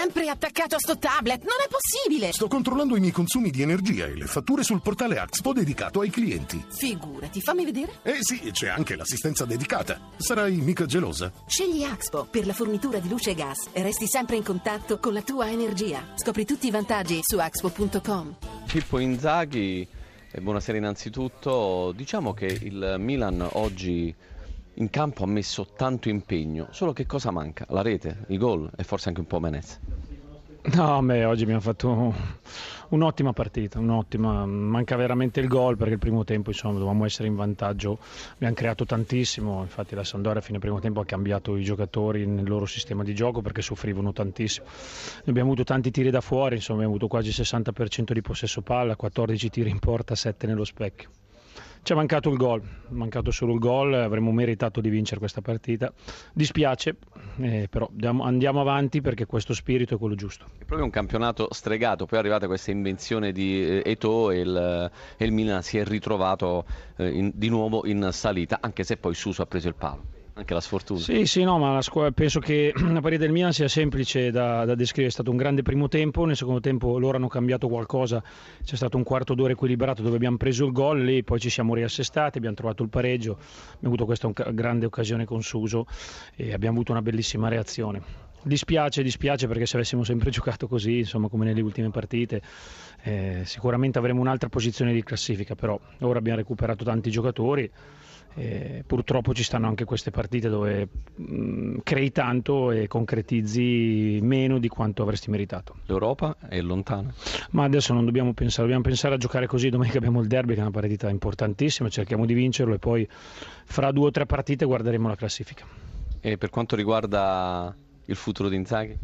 sempre attaccato a sto tablet, non è possibile! Sto controllando i miei consumi di energia e le fatture sul portale Axpo dedicato ai clienti. Figurati, fammi vedere. Sì, c'è anche l'assistenza dedicata. Sarai mica gelosa? Scegli Axpo per la fornitura di luce e gas e resti sempre in contatto con la tua energia. Scopri tutti i vantaggi su axpo.com. Pippo Inzaghi, buonasera innanzitutto. Diciamo che il Milan oggi in campo ha messo tanto impegno, solo che cosa manca? La rete, i gol e forse anche un po' Menez. No, oggi abbiamo fatto un'ottima partita, manca veramente il gol perché il primo tempo dovevamo essere in vantaggio, abbiamo creato tantissimo, infatti la Sampdoria a fine primo tempo ha cambiato i giocatori nel loro sistema di gioco perché soffrivano tantissimo. Abbiamo avuto tanti tiri da fuori, abbiamo avuto quasi il 60% di possesso palla, 14 tiri in porta, 7 nello specchio. Ci è mancato il gol, è mancato solo il gol, avremmo meritato di vincere questa partita. Dispiace, però andiamo avanti perché questo spirito è quello giusto. È proprio un campionato stregato, poi è arrivata questa invenzione di Eto'o e il Milan si è ritrovato di nuovo in salita, anche se poi Suso ha preso il palo. Anche la sfortuna. Sì, no, ma penso che la partita del Milan sia semplice da descrivere. È stato un grande primo tempo, nel secondo tempo loro hanno cambiato qualcosa, c'è stato un quarto d'ora equilibrato dove abbiamo preso il gol, lì poi ci siamo riassestati, abbiamo trovato il pareggio, abbiamo avuto questa grande occasione con Suso e abbiamo avuto una bellissima reazione. Dispiace perché se avessimo sempre giocato così, insomma come nelle ultime partite, sicuramente avremo un'altra posizione di classifica, però ora abbiamo recuperato tanti giocatori. Purtroppo ci stanno anche queste partite dove crei tanto e concretizzi meno di quanto avresti meritato. L'Europa è lontana? Ma adesso non dobbiamo pensare a giocare così. Domenica abbiamo il derby che è una partita importantissima, cerchiamo di vincerlo e poi fra 2 o 3 partite guarderemo la classifica. E per quanto riguarda il futuro di Inzaghi?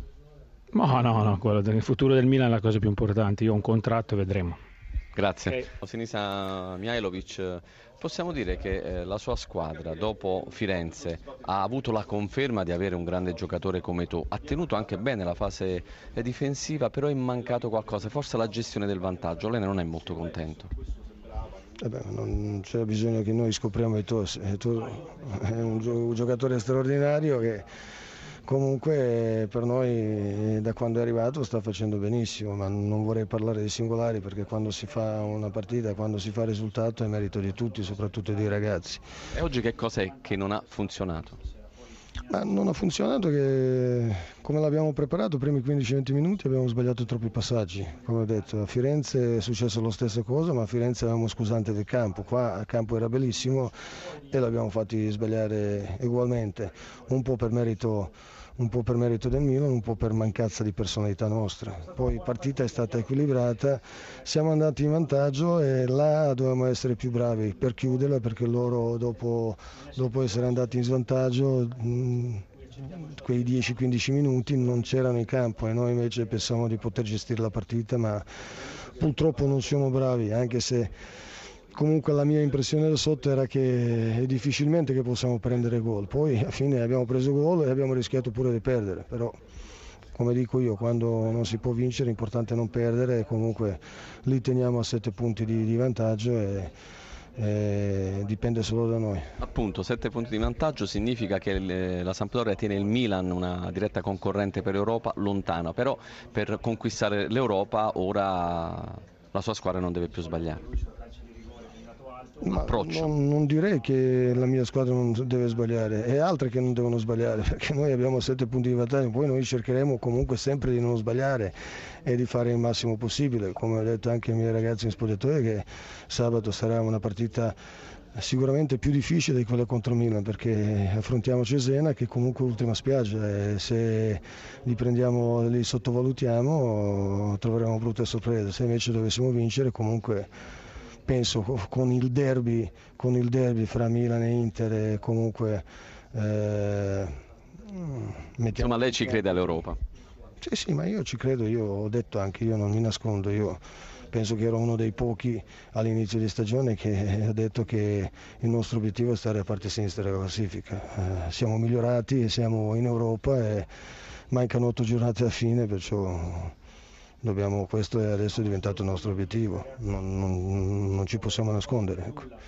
No, il futuro del Milan è la cosa più importante, io ho un contratto e vedremo. Grazie. Sinisa Mihajlovic, possiamo dire che la sua squadra dopo Firenze ha avuto la conferma di avere un grande giocatore come tu, ha tenuto anche bene la fase difensiva, però è mancato qualcosa, forse la gestione del vantaggio, lei non è molto contento. Non c'è bisogno che noi scopriamo Eto'o è un giocatore straordinario che comunque per noi da quando è arrivato sta facendo benissimo, ma non vorrei parlare di singolari perché quando si fa una partita, quando si fa risultato è merito di tutti, soprattutto dei ragazzi. E oggi che cos'è che non ha funzionato? Ma non ha funzionato che come l'abbiamo preparato, i primi 15-20 minuti abbiamo sbagliato troppi passaggi, come ho detto. A Firenze è successo la stessa cosa, ma a Firenze avevamo scusante del campo, qua il campo era bellissimo e l'abbiamo fatti sbagliare ugualmente, un po' per merito del Milan, un po' per mancanza di personalità nostra. Poi la partita è stata equilibrata, siamo andati in vantaggio e là dovevamo essere più bravi per chiuderla perché loro dopo essere andati in svantaggio quei 10-15 minuti non c'erano in campo e noi invece pensavamo di poter gestire la partita, ma purtroppo non siamo bravi, anche se comunque la mia impressione da sotto era che è difficilmente che possiamo prendere gol. Poi alla fine abbiamo preso gol e abbiamo rischiato pure di perdere, però come dico io, quando non si può vincere è importante non perdere e comunque li teniamo a 7 punti di vantaggio e dipende solo da noi. Appunto, 7 punti di vantaggio significa che la Sampdoria tiene il Milan, una diretta concorrente per Europa, lontana, però per conquistare l'Europa ora la sua squadra non deve più sbagliare. Non direi che la mia squadra non deve sbagliare, è altre che non devono sbagliare perché noi abbiamo 7 punti di vantaggio, poi noi cercheremo comunque sempre di non sbagliare e di fare il massimo possibile, come ho detto anche ai miei ragazzi in spogliatoio che sabato sarà una partita sicuramente più difficile di quella contro Milan perché affrontiamo Cesena che comunque è l'ultima spiaggia e se li sottovalutiamo troveremo brutte sorprese, se invece dovessimo vincere comunque penso con il derby fra Milan e Inter comunque insomma lei ci crede all'Europa? Sì, ma io ci credo, io ho detto anche, io non mi nascondo, io penso che ero uno dei pochi all'inizio di stagione che ha detto che il nostro obiettivo è stare a parte sinistra della classifica, siamo migliorati e siamo in Europa e mancano 8 giornate alla fine, perciò questo è adesso diventato il nostro obiettivo, non ci possiamo nascondere. Ecco.